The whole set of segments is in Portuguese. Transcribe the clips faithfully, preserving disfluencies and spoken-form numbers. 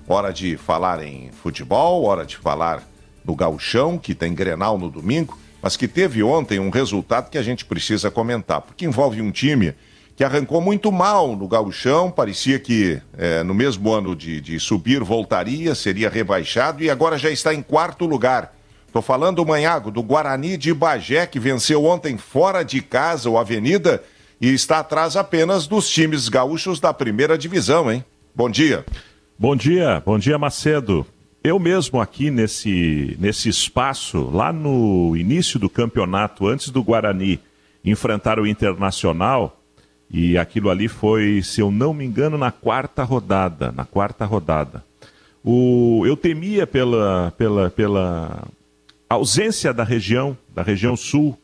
Hora de falar em futebol, hora de falar no Gauchão, que tem Grenal no domingo, mas que teve ontem um resultado que a gente precisa comentar, porque envolve um time que arrancou muito mal no Gauchão, parecia que é, no mesmo ano de, de subir voltaria, seria rebaixado e agora já está em quarto lugar. Estou falando, Manhago, do Guarani de Bagé, que venceu ontem fora de casa o Avenida e está atrás apenas dos times gaúchos da primeira divisão, hein? Bom dia. Bom dia, bom dia, Macedo. Eu mesmo aqui nesse, nesse espaço, lá no início do campeonato, antes do Guarani enfrentar o Internacional, e aquilo ali foi, se eu não me engano, na quarta rodada, na quarta rodada. O, eu temia pela, pela, pela ausência da região, da região sul,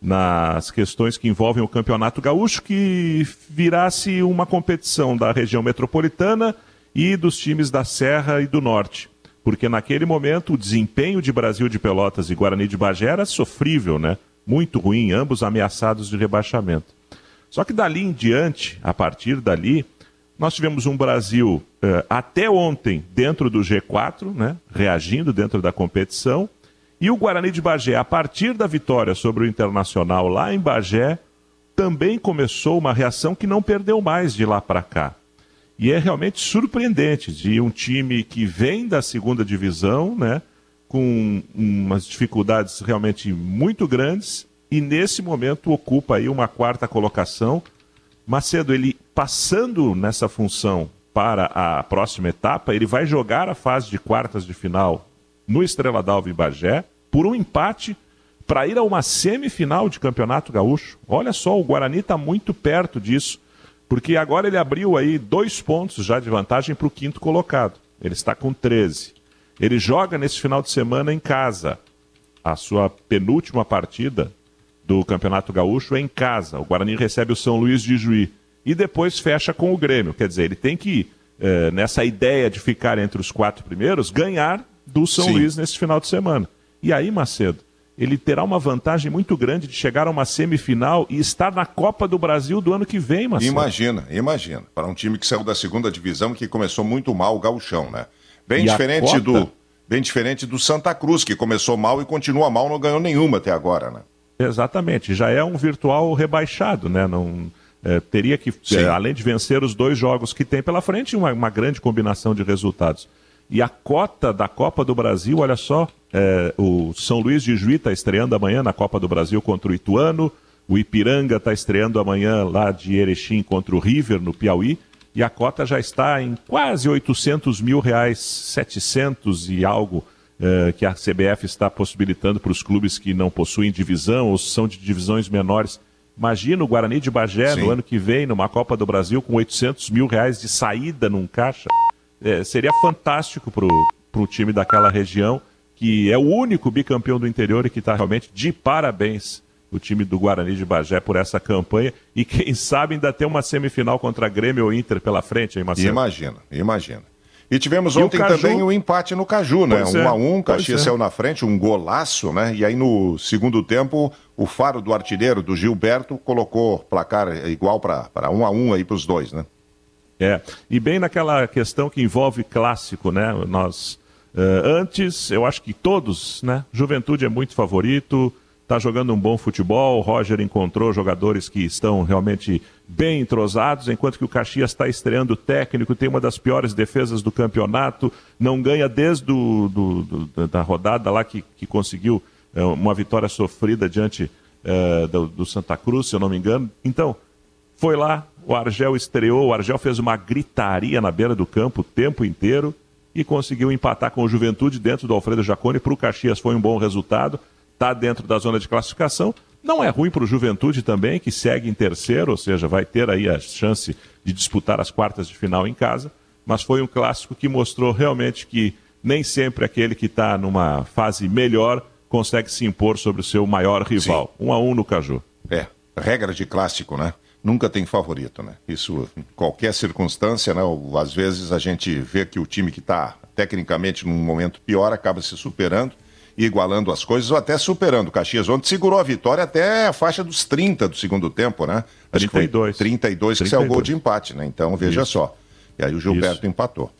nas questões que envolvem o Campeonato Gaúcho, que virasse uma competição da região metropolitana e dos times da Serra e do Norte. Porque naquele momento o desempenho de Brasil de Pelotas e Guarani de Bagé era sofrível, né? Muito ruim, ambos ameaçados de rebaixamento. Só que dali em diante, a partir dali, nós tivemos um Brasil eh, até ontem dentro do G quatro, né? Reagindo dentro da competição, e o Guarani de Bagé, a partir da vitória sobre o Internacional lá em Bagé, também começou uma reação que não perdeu mais de lá para cá. E é realmente surpreendente de um time que vem da segunda divisão, né, com umas dificuldades realmente muito grandes, e nesse momento ocupa aí uma quarta colocação. Macedo, ele passando nessa função para a próxima etapa, ele vai jogar a fase de quartas de final no Estrela d'Alva em Bagé, por um empate para ir a uma semifinal de Campeonato Gaúcho. Olha só, o Guarani está muito perto disso. Porque agora ele abriu aí dois pontos já de vantagem para o quinto colocado. Ele está com treze. Ele joga nesse final de semana em casa. A sua penúltima partida do Campeonato Gaúcho é em casa. O Guarani recebe o São Luís de Juí. E depois fecha com o Grêmio. Quer dizer, ele tem que, eh, nessa ideia de ficar entre os quatro primeiros, ganhar do São Sim. Luís nesse final de semana. E aí, Macedo, ele terá uma vantagem muito grande de chegar a uma semifinal e estar na Copa do Brasil do ano que vem, Marcelo. Imagina, imagina. Para um time que saiu da segunda divisão, que começou muito mal o gauchão, né? Bem e diferente do, bem diferente do Santa Cruz, que começou mal e continua mal, não ganhou nenhuma até agora, né? Exatamente. Já é um virtual rebaixado, né? Não, é, teria que, é, além de vencer os dois jogos que tem pela frente, uma, uma grande combinação de resultados. E a cota da Copa do Brasil, olha só, é, o São Luís de Juí está estreando amanhã na Copa do Brasil contra o Ituano, o Ipiranga está estreando amanhã lá de Erechim contra o River, no Piauí, e a cota já está em quase oitocentos mil reais, setecentos e algo, é, que a C B F está possibilitando para os clubes que não possuem divisão ou são de divisões menores. Imagina o Guarani de Bagé Sim. no ano que vem, numa Copa do Brasil, com oitocentos mil reais de saída num caixa. É, seria fantástico para o time daquela região, que é o único bicampeão do interior e que está realmente de parabéns o time do Guarani de Bagé por essa campanha, e quem sabe ainda tem uma semifinal contra Grêmio ou Inter pela frente, hein, Marcelo? Imagina, imagina. E tivemos ontem Caju... também o empate no Caju, né? um a um, Caxias é. saiu na frente, um golaço, né? E aí no segundo tempo, o faro do artilheiro, do Gilberto, colocou placar igual para um a um aí para os dois, né? É, e bem naquela questão que envolve clássico, né? Nós, uh, antes, eu acho que todos, né? Juventude é muito favorito, está jogando um bom futebol, o Roger encontrou jogadores que estão realmente bem entrosados, enquanto que o Caxias está estreando técnico, tem uma das piores defesas do campeonato, não ganha desde do, do, do, da rodada lá que, que conseguiu uh, uma vitória sofrida diante uh, do, do Santa Cruz, se eu não me engano. Então, foi lá, o Argel estreou, o Argel fez uma gritaria na beira do campo o tempo inteiro e conseguiu empatar com o Juventude dentro do Alfredo Jaconi. Para o Caxias foi um bom resultado, está dentro da zona de classificação. Não é ruim para o Juventude também, que segue em terceiro, ou seja, vai ter aí a chance de disputar as quartas de final em casa, mas foi um clássico que mostrou realmente que nem sempre aquele que está numa fase melhor consegue se impor sobre o seu maior rival. Sim. Um a um no Caju. É, regra de clássico, né? Nunca tem favorito, né? Isso, em qualquer circunstância, né? Às vezes a gente vê que o time que está tecnicamente num momento pior acaba se superando, igualando as coisas ou até superando. O Caxias ontem segurou a vitória até a faixa dos trinta do segundo tempo, né? Acho trinta e dois. Que foi trinta e dois que saiu o gol de empate, né? Então, veja Isso. só. E aí o Gilberto Isso. empatou.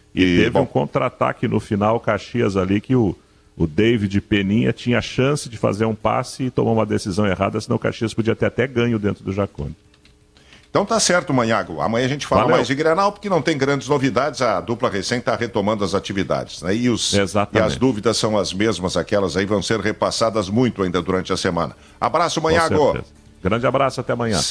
E, E, teve bom, um contra-ataque no final, o Caxias ali, que o, o David Peninha tinha chance de fazer um passe e tomou uma decisão errada, senão o Caxias podia ter até ganho dentro do Jacone. Então tá certo, Manhago. Amanhã a gente fala Valeu. mais de Grenal, porque não tem grandes novidades. A dupla recém está retomando as atividades. Né? E, os, e as dúvidas são as mesmas, aquelas aí vão ser repassadas muito ainda durante a semana. Abraço, Manhago. Grande abraço, até amanhã.